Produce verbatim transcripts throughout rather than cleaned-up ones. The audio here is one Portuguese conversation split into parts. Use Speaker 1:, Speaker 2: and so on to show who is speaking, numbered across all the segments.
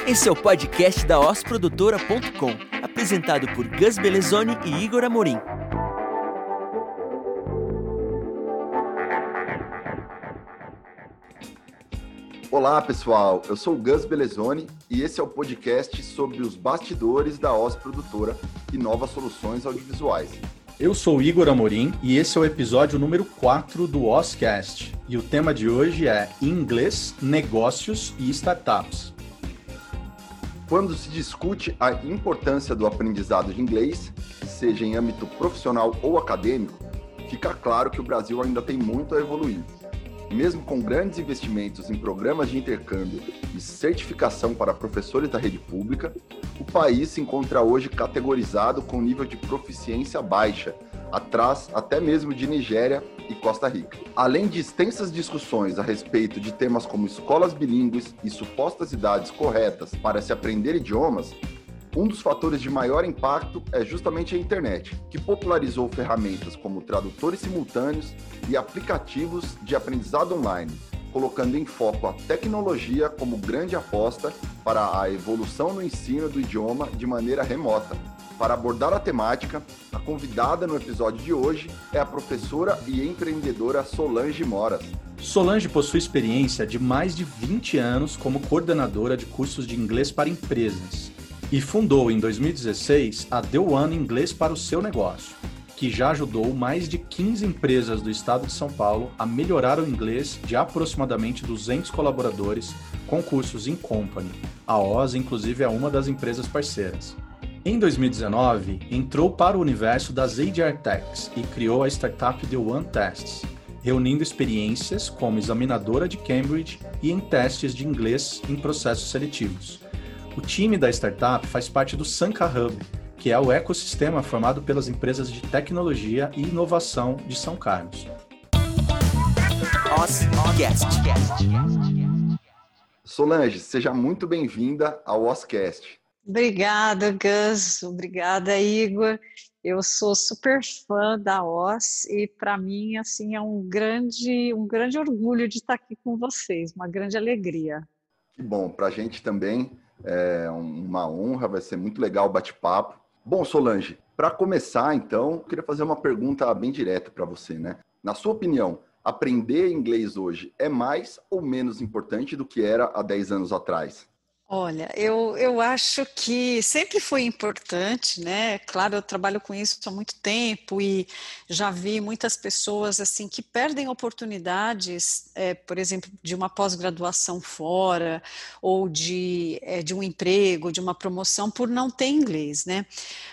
Speaker 1: Esse é o podcast da os produtora ponto com, apresentado por Gus Belezoni e Igor Amorim.
Speaker 2: Olá pessoal, eu sou o Gus Belezoni e esse é o podcast sobre os bastidores da Os Produtora e novas soluções audiovisuais.
Speaker 3: Eu sou o Igor Amorim e esse é o episódio número quatro do Oscast. E o tema de hoje é Inglês, Negócios e Startups.
Speaker 2: Quando se discute a importância do aprendizado de inglês, seja em âmbito profissional ou acadêmico, fica claro que o Brasil ainda tem muito a evoluir. Mesmo com grandes investimentos em programas de intercâmbio e certificação para professores da rede pública, o país se encontra hoje categorizado com nível de proficiência baixa, atrás até mesmo de Nigéria e Costa Rica. Além de extensas discussões a respeito de temas como escolas bilíngues e supostas idades corretas para se aprender idiomas, um dos fatores de maior impacto é justamente a internet, que popularizou ferramentas como tradutores simultâneos e aplicativos de aprendizado online, colocando em foco a tecnologia como grande aposta para a evolução no ensino do idioma de maneira remota. Para abordar a temática, a convidada no episódio de hoje é a professora e empreendedora Solange Moras.
Speaker 3: Solange possui experiência de mais de vinte anos como coordenadora de cursos de inglês para empresas e fundou em dois mil e dezesseis a The One Inglês para o seu negócio, que já ajudou mais de quinze empresas do estado de São Paulo a melhorar o inglês de aproximadamente duzentos colaboradores com cursos in company. A Oz, inclusive, é uma das empresas parceiras. Em dois mil e dezenove, entrou para o universo das H R Techs e criou a startup The One Tests, reunindo experiências como examinadora de Cambridge e em testes de inglês em processos seletivos. O time da startup faz parte do Sanka Hub, que é o ecossistema formado pelas empresas de tecnologia e inovação de São Carlos.
Speaker 1: Oscast.
Speaker 2: Solange, seja muito bem-vinda ao Oscast.
Speaker 4: Obrigada, Gus. Obrigada, Igor. Eu sou super fã da Oz e para mim assim é um grande, um grande orgulho de estar aqui com vocês, uma grande alegria.
Speaker 2: Que bom, para a gente também é uma honra, vai ser muito legal o bate-papo. Bom, Solange, para começar então, eu queria fazer uma pergunta bem direta para você, né? Na sua opinião, aprender inglês hoje é mais ou menos importante do que era há dez anos atrás?
Speaker 4: Olha, eu, eu acho que sempre foi importante, né? Claro, eu trabalho com isso há muito tempo e já vi muitas pessoas assim que perdem oportunidades, é, por exemplo, de uma pós-graduação fora ou de, é, de um emprego, de uma promoção por não ter inglês, né?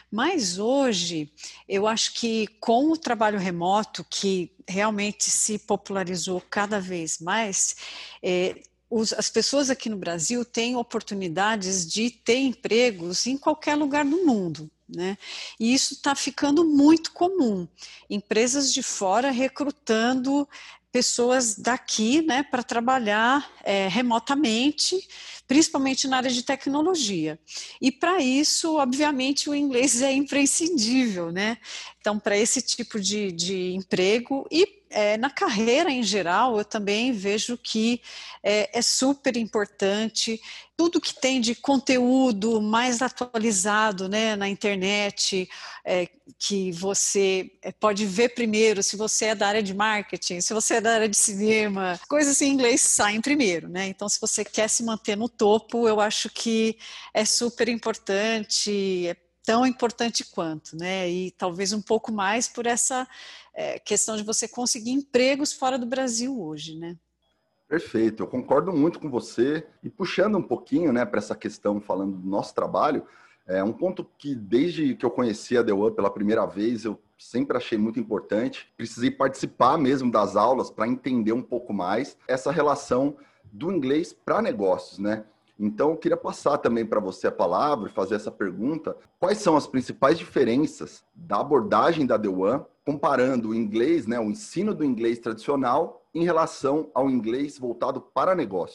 Speaker 4: Mas hoje, eu acho que com o trabalho remoto, que realmente se popularizou cada vez mais, é, Os, as pessoas aqui no Brasil têm oportunidades de ter empregos em qualquer lugar do mundo, né? E isso está ficando muito comum. Empresas de fora recrutando pessoas daqui, né, para trabalhar é, remotamente, principalmente na área de tecnologia. E para isso, obviamente, o inglês é imprescindível, né? Então, para esse tipo de, de emprego e é, na carreira em geral, eu também vejo que é, é super importante tudo que tem de conteúdo mais atualizado, né, na internet, é, que você pode ver primeiro se você é da área de marketing, se você é da área de cinema, coisas em inglês saem primeiro, né? Então, se você quer se manter no topo, eu acho que é super importante, é tão importante quanto, né? E talvez um pouco mais por essa é, questão de você conseguir empregos fora do Brasil hoje, né?
Speaker 2: Perfeito, eu concordo muito com você. E puxando um pouquinho, né, para essa questão, falando do nosso trabalho, é um ponto que desde que eu conheci a The One pela primeira vez, eu sempre achei muito importante. Precisei participar mesmo das aulas para entender um pouco mais essa relação do inglês para negócios, né? Então, eu queria passar também para você a palavra e fazer essa pergunta. Quais são as principais diferenças da abordagem da The One, comparando o inglês, né, o ensino do inglês tradicional, em relação ao inglês voltado para negócios?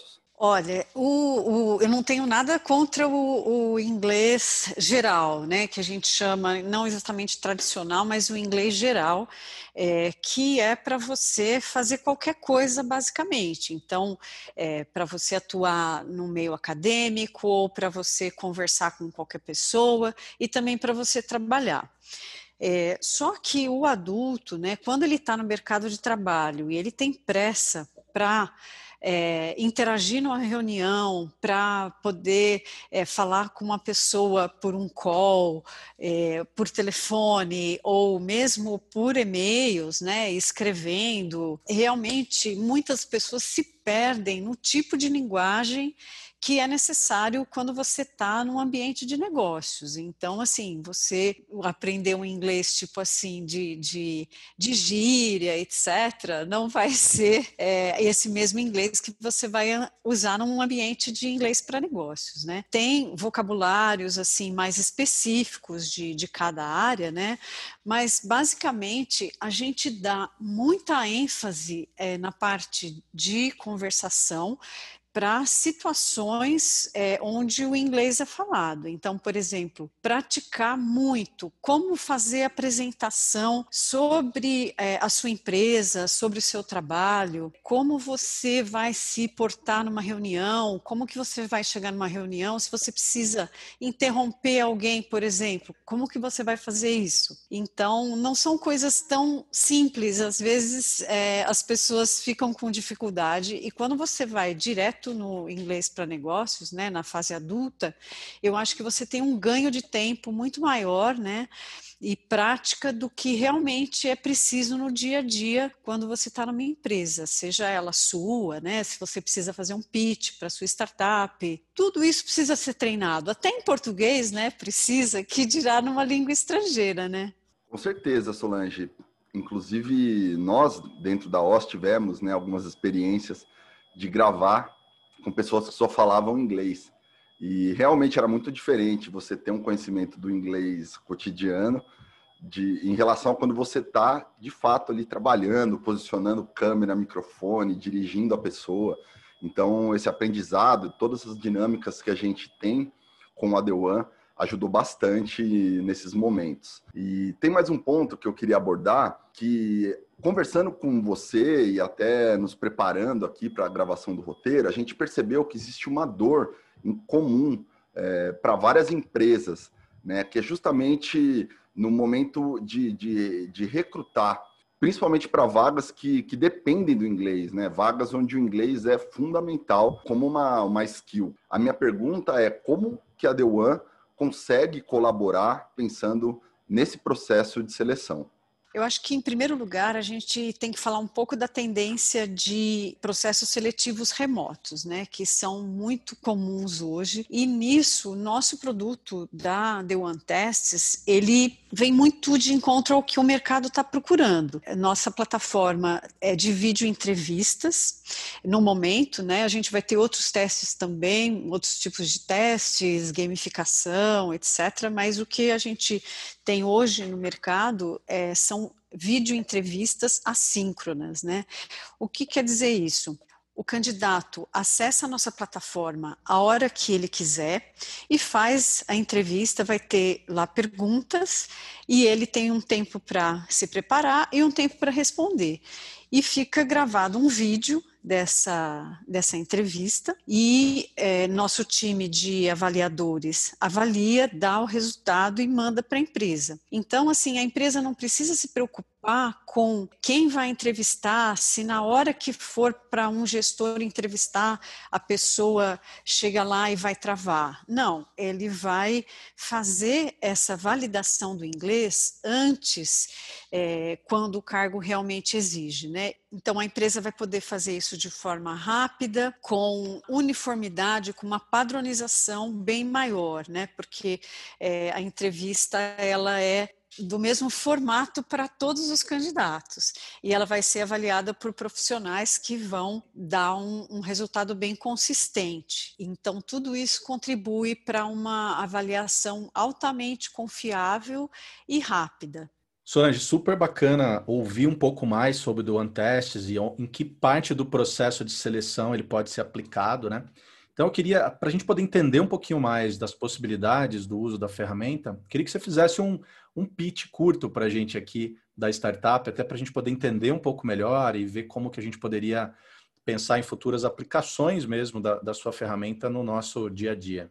Speaker 4: Olha, o, o, eu não tenho nada contra o, o inglês geral, né, que a gente chama, não exatamente tradicional, mas o inglês geral, é, que é para você fazer qualquer coisa, basicamente. Então, é, para você atuar no meio acadêmico, ou para você conversar com qualquer pessoa, e também para você trabalhar. É, só que o adulto, né, quando ele está no mercado de trabalho e ele tem pressa para é, interagir numa reunião, para poder é, falar com uma pessoa por um call, é, por telefone ou mesmo por e-mails, né, escrevendo, realmente muitas pessoas se perdem no tipo de linguagem que é necessário quando você está num ambiente de negócios. Então, assim, você aprender um inglês tipo assim, de, de, de gíria, etcétera, não vai ser é, esse mesmo inglês que você vai usar num ambiente de inglês para negócios, né? Tem vocabulários, assim, mais específicos de, de cada área, né? Mas, basicamente, a gente dá muita ênfase é, na parte de conversação, para situações é, onde o inglês é falado. Então, por exemplo, praticar muito como fazer apresentação sobre é, a sua empresa, sobre o seu trabalho, como você vai se portar numa reunião, como que você vai chegar numa reunião, se você precisa interromper alguém, por exemplo, como que você vai fazer isso? Então, não são coisas tão simples, às vezes é, as pessoas ficam com dificuldade, e quando você vai direto no inglês para negócios, né, na fase adulta, eu acho que você tem um ganho de tempo muito maior, né, e prática do que realmente é preciso no dia a dia quando você está numa empresa, seja ela sua, né, se você precisa fazer um pitch para sua startup, tudo isso precisa ser treinado, até em português, né, precisa, que dirá numa língua estrangeira, né.
Speaker 2: Com certeza, Solange. Inclusive, nós, dentro da O S, tivemos, né, algumas experiências de gravar com pessoas que só falavam inglês. E realmente era muito diferente você ter um conhecimento do inglês cotidiano de, em relação a quando você está, de fato, ali trabalhando, posicionando câmera, microfone, dirigindo a pessoa. Então, esse aprendizado, todas as dinâmicas que a gente tem com a The One, ajudou bastante nesses momentos. E tem mais um ponto que eu queria abordar, que conversando com você e até nos preparando aqui para a gravação do roteiro, a gente percebeu que existe uma dor em comum é, para várias empresas, né, que é justamente no momento de, de, de recrutar, principalmente para vagas que, que dependem do inglês, né, vagas onde o inglês é fundamental como uma, uma skill. A minha pergunta é como que a The One consegue colaborar pensando nesse processo de seleção?
Speaker 4: Eu acho que, em primeiro lugar, a gente tem que falar um pouco da tendência de processos seletivos remotos, né, que são muito comuns hoje. E nisso, o nosso produto da The One Tests, ele vem muito de encontro ao que o mercado está procurando. Nossa plataforma é de vídeo entrevistas. No momento, né, a gente vai ter outros testes também, outros tipos de testes, gamificação, etcétera. Mas o que a gente tem hoje no mercado é, são vídeo entrevistas assíncronas, né? O que quer dizer isso? O candidato acessa a nossa plataforma a hora que ele quiser e faz a entrevista, vai ter lá perguntas e ele tem um tempo para se preparar e um tempo para responder. E fica gravado um vídeo dessa, dessa entrevista e é, nosso time de avaliadores avalia, dá o resultado e manda para a empresa. Então, assim, a empresa não precisa se preocupar com quem vai entrevistar, se na hora que for para um gestor entrevistar, a pessoa chega lá e vai travar. Não, ele vai fazer essa validação do inglês antes, é, quando o cargo realmente exige, né? Então, a empresa vai poder fazer isso de forma rápida, com uniformidade, com uma padronização bem maior, né? Porque é, a entrevista, ela é do mesmo formato para todos os candidatos e ela vai ser avaliada por profissionais que vão dar um, um resultado bem consistente. Então, tudo isso contribui para uma avaliação altamente confiável e rápida.
Speaker 3: Solange, super bacana ouvir um pouco mais sobre o The One Tests e em que parte do processo de seleção ele pode ser aplicado, né? Então, eu queria, para a gente poder entender um pouquinho mais das possibilidades do uso da ferramenta, queria que você fizesse um, um pitch curto para a gente aqui da startup, até para a gente poder entender um pouco melhor e ver como que a gente poderia pensar em futuras aplicações mesmo da, da sua ferramenta no nosso dia a dia.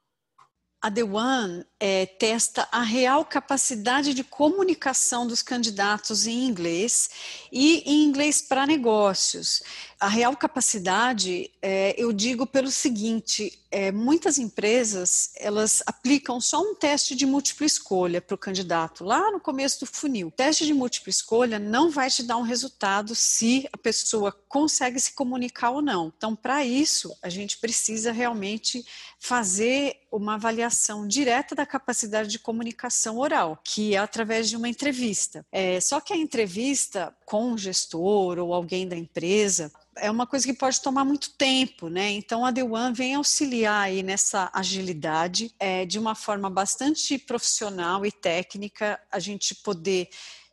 Speaker 4: A The One é, testa a real capacidade de comunicação dos candidatos em inglês e em inglês para negócios. A real capacidade, é, eu digo pelo seguinte, é, muitas empresas, elas aplicam só um teste de múltipla escolha para o candidato, lá no começo do funil. O teste de múltipla escolha não vai te dar um resultado se a pessoa consegue se comunicar ou não. Então, para isso, a gente precisa realmente fazer uma avaliação direta da capacidade de comunicação oral, que é através de uma entrevista. É, só que a entrevista com o gestor ou alguém da empresa é uma coisa que pode tomar muito tempo, né? Então a The One vem auxiliar aí nessa agilidade, é, de uma forma bastante profissional e técnica, a gente poder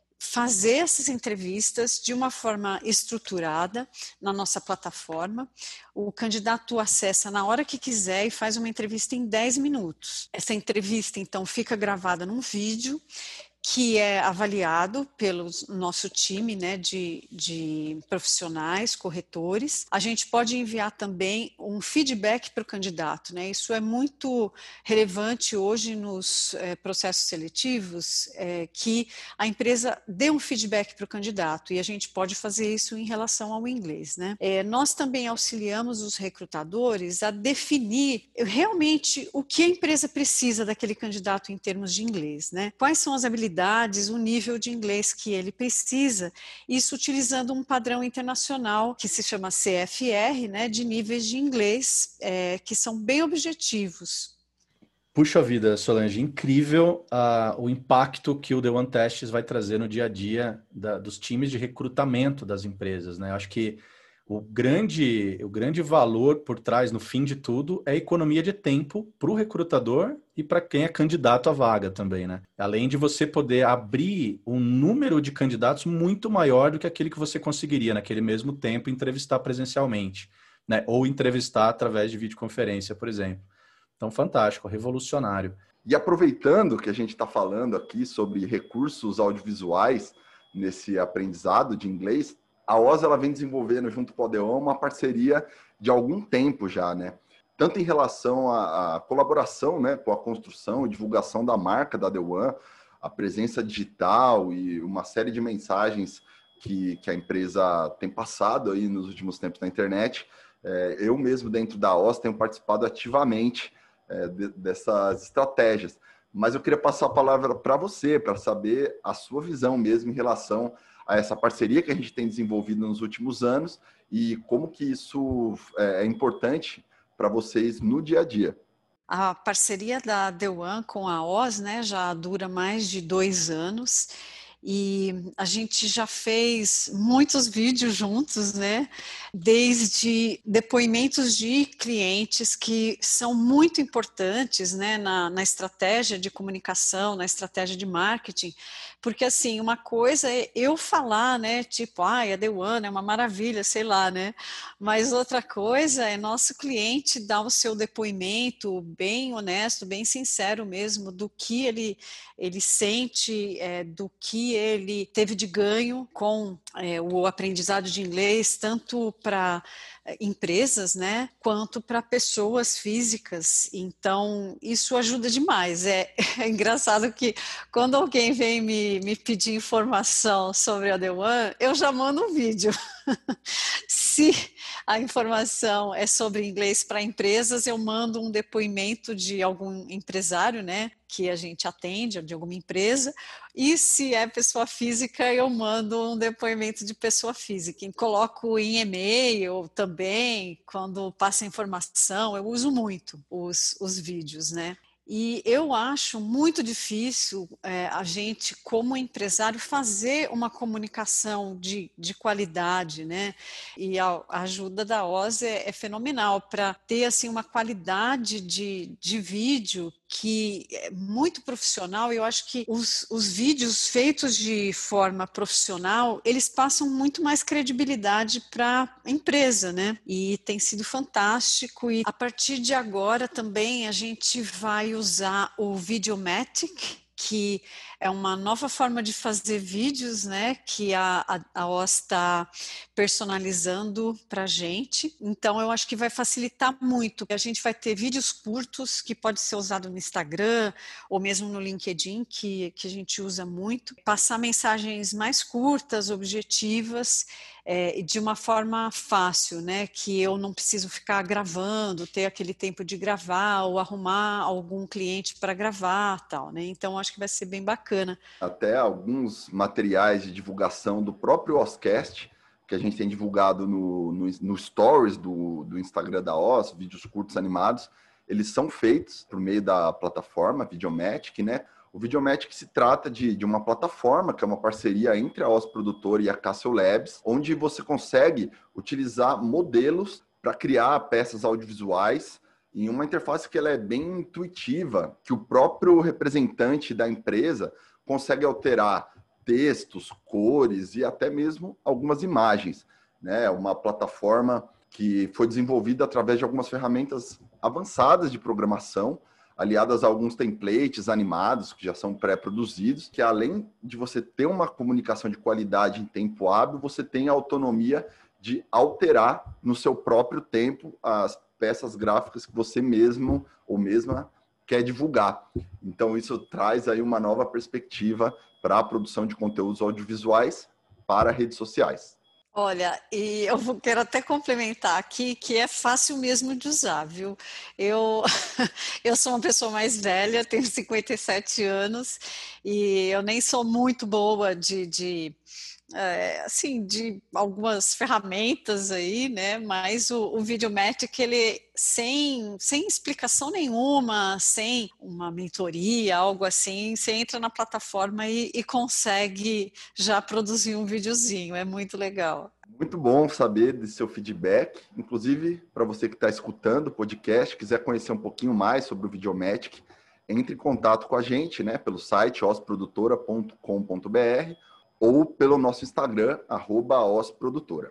Speaker 4: fazer essas entrevistas de uma forma estruturada na nossa plataforma. O candidato acessa na hora que quiser e faz uma entrevista em dez minutos. Essa entrevista, então, fica gravada num vídeo que é avaliado pelo nosso time, né, de, de profissionais, corretores. A gente pode enviar também um feedback para o candidato, né? Isso é muito relevante hoje nos é, processos seletivos, é, que a empresa dê um feedback para o candidato, e a gente pode fazer isso em relação ao inglês, né? É, nós também auxiliamos os recrutadores a definir realmente o que a empresa precisa daquele candidato em termos de inglês, né? Quais são as habilidades, o nível de inglês que ele precisa, isso utilizando um padrão internacional que se chama C F R, né, de níveis de inglês, é, que são bem objetivos.
Speaker 3: Puxa vida, Solange, incrível uh, o impacto que o The One Tests vai trazer no dia a dia da, dos times de recrutamento das empresas, né? Eu acho que o grande, o grande valor por trás, no fim de tudo, é a economia de tempo para o recrutador e para quem é candidato à vaga também, né? Além de você poder abrir um número de candidatos muito maior do que aquele que você conseguiria naquele mesmo tempo entrevistar presencialmente, né? Ou entrevistar através de videoconferência, por exemplo. Então, fantástico, revolucionário.
Speaker 2: E aproveitando que a gente está falando aqui sobre recursos audiovisuais nesse aprendizado de inglês, a Oz ela vem desenvolvendo junto com a The One uma parceria de algum tempo já, né? Tanto em relação à, à colaboração, né, com a construção e divulgação da marca da The One, a presença digital e uma série de mensagens que, que a empresa tem passado aí nos últimos tempos na internet. É, eu mesmo, dentro da Oz, tenho participado ativamente é, de, dessas estratégias. Mas eu queria passar a palavra para você, para saber a sua visão mesmo em relação a essa parceria que a gente tem desenvolvido nos últimos anos e como que isso é importante para vocês no dia a dia.
Speaker 4: A parceria da The One com a Oz, né, já dura mais de dois anos e a gente já fez muitos vídeos juntos, né, desde depoimentos de clientes que são muito importantes, né, na, na estratégia de comunicação, na estratégia de marketing, porque assim, uma coisa é eu falar, né, tipo, ah, a The One é uma maravilha, sei lá, né, mas outra coisa é nosso cliente dar o seu depoimento bem honesto, bem sincero mesmo, do que ele, ele sente, é, do que ele teve de ganho com é, o aprendizado de inglês, tanto para empresas, né, quanto para pessoas físicas. Então, isso ajuda demais. É, é engraçado que quando alguém vem me, me pedir informação sobre a The One, eu já mando um vídeo. Se a informação é sobre inglês para empresas, eu mando um depoimento de algum empresário, né, que a gente atende, de alguma empresa, e se é pessoa física, eu mando um depoimento de pessoa física. E coloco em e-mail também, quando passa informação, eu uso muito os, os vídeos, né? E eu acho muito difícil é, a gente, como empresário, fazer uma comunicação de, de qualidade, né? E a, a ajuda da Oz é, é fenomenal para ter assim, uma qualidade de, de vídeo que é muito profissional, e eu acho que os, os vídeos feitos de forma profissional, eles passam muito mais credibilidade para a empresa, né? E tem sido fantástico, e a partir de agora também a gente vai usar o Videomatic, que é uma nova forma de fazer vídeos, né, que a, a, a O S está personalizando para a gente. Então, eu acho que vai facilitar muito. A gente vai ter vídeos curtos, que pode ser usado no Instagram, ou mesmo no LinkedIn, que, que a gente usa muito. Passar mensagens mais curtas, objetivas, é, de uma forma fácil, né, que eu não preciso ficar gravando, ter aquele tempo de gravar, ou arrumar algum cliente para gravar, tal, né. Então, acho que vai ser bem bacana.
Speaker 2: Até alguns materiais de divulgação do próprio OSCast, que a gente tem divulgado no, no, no Stories do, do Instagram da O S, vídeos curtos animados, eles são feitos por meio da plataforma Videomatic, né? O Videomatic se trata de, de uma plataforma que é uma parceria entre a O S Produtora e a Cassio Labs, onde você consegue utilizar modelos para criar peças audiovisuais em uma interface que ela é bem intuitiva, que o próprio representante da empresa consegue alterar textos, cores e até mesmo algumas imagens, né? Uma plataforma que foi desenvolvida através de algumas ferramentas avançadas de programação, aliadas a alguns templates animados que já são pré-produzidos, que além de você ter uma comunicação de qualidade em tempo hábil, você tem a autonomia de alterar no seu próprio tempo as peças gráficas que você mesmo ou mesma quer divulgar. Então, isso traz aí uma nova perspectiva para a produção de conteúdos audiovisuais para redes sociais.
Speaker 4: Olha, e eu vou, quero até complementar aqui que é fácil mesmo de usar, viu? Eu, eu sou uma pessoa mais velha, tenho cinquenta e sete anos, e eu nem sou muito boa de... de É, assim, de algumas ferramentas aí, né, mas o, o Videomatic, ele sem, sem explicação nenhuma, sem uma mentoria, algo assim, você entra na plataforma e, e consegue já produzir um videozinho, é muito legal.
Speaker 2: Muito bom saber desse seu feedback, inclusive para você que está escutando o podcast, quiser conhecer um pouquinho mais sobre o Videomatic, entre em contato com a gente, né, pelo site osprodutora ponto com ponto b r ou pelo nosso Instagram, arroba osprodutora.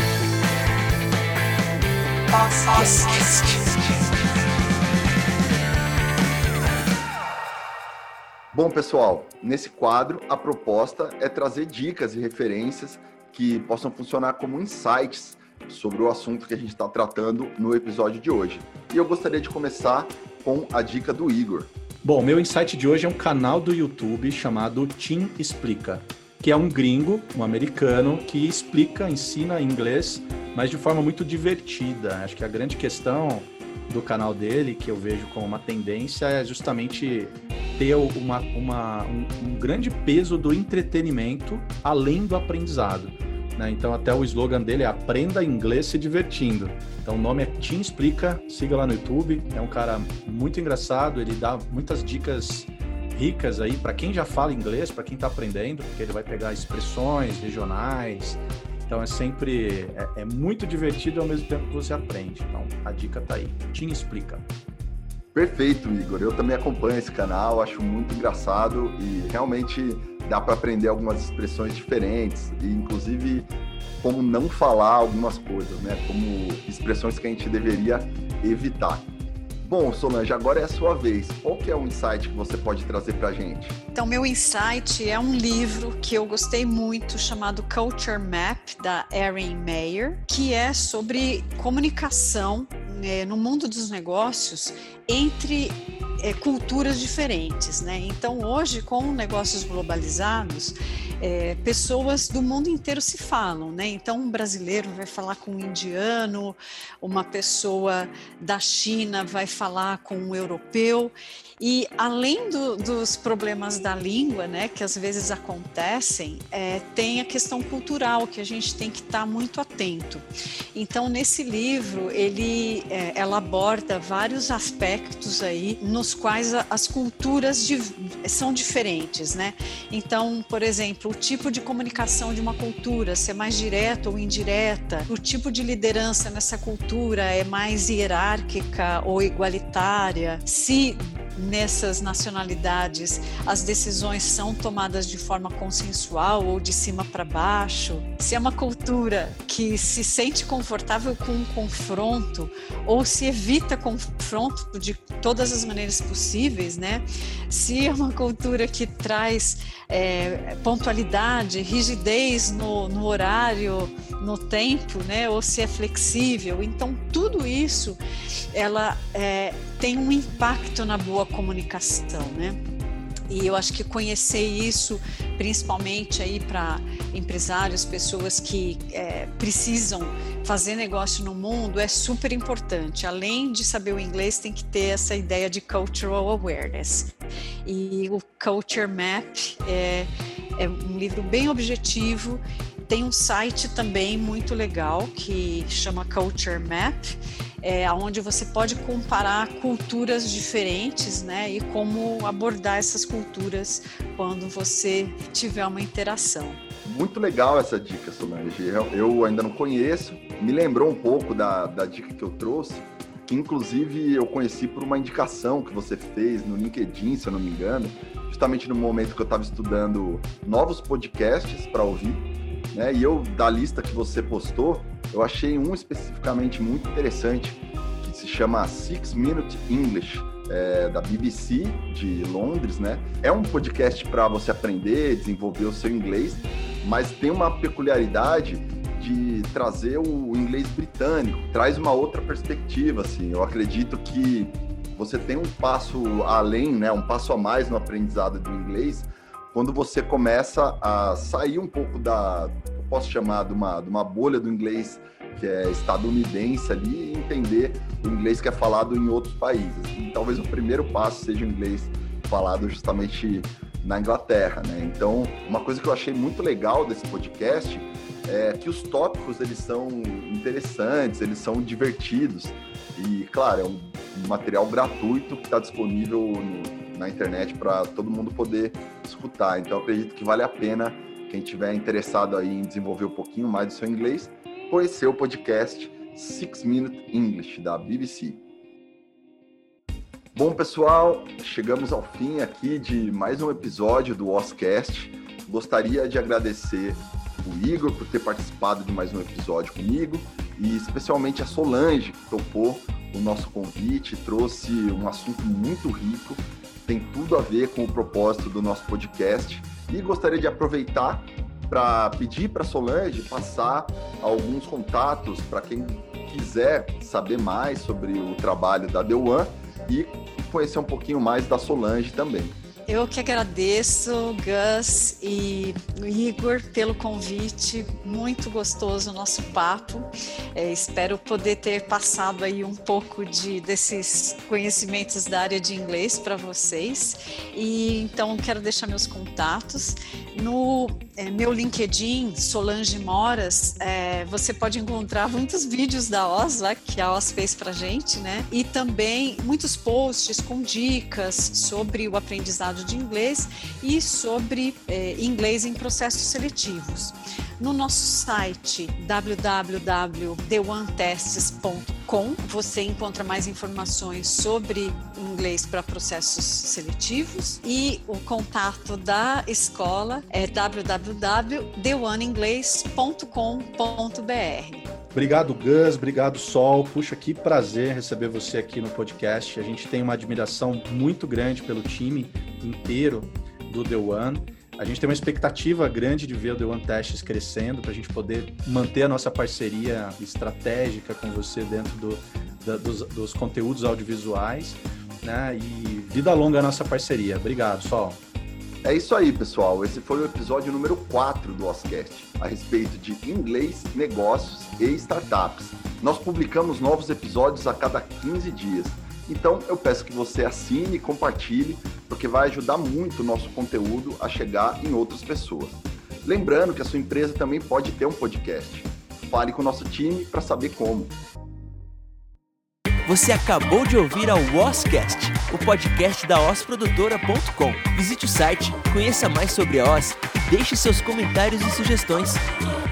Speaker 2: Bom, pessoal, nesse quadro, a proposta é trazer dicas e referências que possam funcionar como insights sobre o assunto que a gente está tratando no episódio de hoje. E eu gostaria de começar com a dica do Igor.
Speaker 3: Bom, meu insight de hoje é um canal do YouTube chamado Tim Explica, que é um gringo, um americano, que explica, ensina inglês, mas de forma muito divertida. Acho que a grande questão do canal dele, que eu vejo como uma tendência, é justamente ter uma, uma, um, um grande peso do entretenimento além do aprendizado, né? Então até o slogan dele é Aprenda Inglês se divertindo. Então o nome é Tim Explica, siga lá no YouTube, é um cara muito engraçado, ele dá muitas dicas ricas aí para quem já fala inglês, para quem está aprendendo, porque ele vai pegar expressões regionais. Então é sempre, é, é muito divertido ao mesmo tempo que você aprende. Então a dica tá aí, Tim Explica.
Speaker 2: Perfeito, Igor. Eu também acompanho esse canal, acho muito engraçado e realmente dá para aprender algumas expressões diferentes e inclusive como não falar algumas coisas, né? Como expressões que a gente deveria evitar. Bom, Solange, agora é a sua vez. Qual que é o insight que você pode trazer para a gente?
Speaker 4: Então, meu insight é um livro que eu gostei muito, chamado Culture Map, da Erin Meyer, que é sobre comunicação, né, no mundo dos negócios entre é, culturas diferentes, né? Então, hoje, com negócios globalizados, é, pessoas do mundo inteiro se falam, né? Então, um brasileiro vai falar com um indiano, uma pessoa da China vai falar com um europeu, e além do, dos problemas da língua, né, que às vezes acontecem, é, tem a questão cultural, que a gente tem que estar muito atento. Então, nesse livro, ele, é, ela aborda vários aspectos aí, nos quais a, as culturas de, são diferentes, né? Então, por exemplo, o tipo de comunicação de uma cultura, se é mais direta ou indireta, o tipo de liderança nessa cultura é mais hierárquica ou igualitária, se nessas nacionalidades as decisões são tomadas de forma consensual ou de cima para baixo, se é uma cultura que se sente confortável com um confronto ou se evita confronto de todas as maneiras possíveis, né? Se é uma cultura que traz é, pontualidade, rigidez no, no horário, no tempo, né? Ou se é flexível. Então, tudo isso ela é, tem um impacto na boa comunicação, né? E eu acho que conhecer isso, principalmente aí para empresários, pessoas que é, precisam fazer negócio no mundo, é super importante. Além de saber o inglês, tem que ter essa ideia de cultural awareness. E o Culture Map é, é um livro bem objetivo. Tem um site também muito legal que chama Culture Map, é, onde você pode comparar culturas diferentes, né, e como abordar essas culturas quando você tiver uma interação.
Speaker 2: Muito legal essa dica, Solange. Eu ainda não conheço. Me lembrou um pouco da, da dica que eu trouxe, que inclusive eu conheci por uma indicação que você fez no LinkedIn, se eu não me engano, justamente no momento que eu estava estudando novos podcasts para ouvir. Né? E eu, da lista que você postou, eu achei um especificamente muito interessante, que se chama Six Minute English, é, da B B C de Londres, né? É um podcast para você aprender, desenvolver o seu inglês, mas tem uma peculiaridade de trazer o inglês britânico, traz uma outra perspectiva, assim. Eu acredito que você tem um passo além, né? Um passo a mais no aprendizado do inglês, quando você começa a sair um pouco da, eu posso chamar de uma, de uma bolha do inglês que é estadunidense ali e entender o inglês que é falado em outros países. E talvez o primeiro passo seja o inglês falado justamente na Inglaterra, né? Então, uma coisa que eu achei muito legal desse podcast é que os tópicos, eles são interessantes, eles são divertidos. E, claro, é um material gratuito que está disponível no, na internet para todo mundo poder escutar. Então, eu acredito que vale a pena, quem estiver interessado aí em desenvolver um pouquinho mais do seu inglês, conhecer o podcast Six Minute English, da B B C. Bom, pessoal, chegamos ao fim aqui de mais um episódio do Oscast. Gostaria de agradecer o Igor por ter participado de mais um episódio comigo e especialmente a Solange, que topou o nosso convite, trouxe um assunto muito rico, tem tudo a ver com o propósito do nosso podcast, e gostaria de aproveitar para pedir para a Solange passar alguns contatos para quem quiser saber mais sobre o trabalho da The One e conhecer um pouquinho mais da Solange também.
Speaker 4: Eu que agradeço, Gus e Igor, pelo convite. Muito gostoso o nosso papo. É, espero poder ter passado aí um pouco de, desses conhecimentos da área de inglês para vocês. E então quero deixar meus contatos. No é, meu LinkedIn, Solange Moras, é, você pode encontrar muitos vídeos da Oz, lá, que a Oz fez pra gente, né? E também muitos posts com dicas sobre o aprendizado de inglês e sobre é, inglês em processos seletivos. No nosso site w w w ponto the one tests ponto com você encontra mais informações sobre inglês para processos seletivos e o contato da escola é w w w ponto the one english ponto com ponto b r.
Speaker 3: Obrigado, Gus. Obrigado, Sol. Puxa, que prazer receber você aqui no podcast. A gente tem uma admiração muito grande pelo time inteiro do The One. A gente tem uma expectativa grande de ver o The One Tests crescendo, para a gente poder manter a nossa parceria estratégica com você dentro do, da, dos, dos conteúdos audiovisuais, né? E vida longa a nossa parceria. Obrigado, Sol.
Speaker 2: É isso aí, pessoal. Esse foi o episódio número quatro do Oscast, a respeito de inglês, negócios e startups. Nós publicamos novos episódios a cada quinze dias. Então, eu peço que você assine e compartilhe, porque vai ajudar muito o nosso conteúdo a chegar em outras pessoas. Lembrando que a sua empresa também pode ter um podcast. Fale com o nosso time para saber como.
Speaker 1: Você acabou de ouvir a Oscast, o podcast da oz produtora ponto com. Visite o site, conheça mais sobre a Oz e deixe seus comentários e sugestões.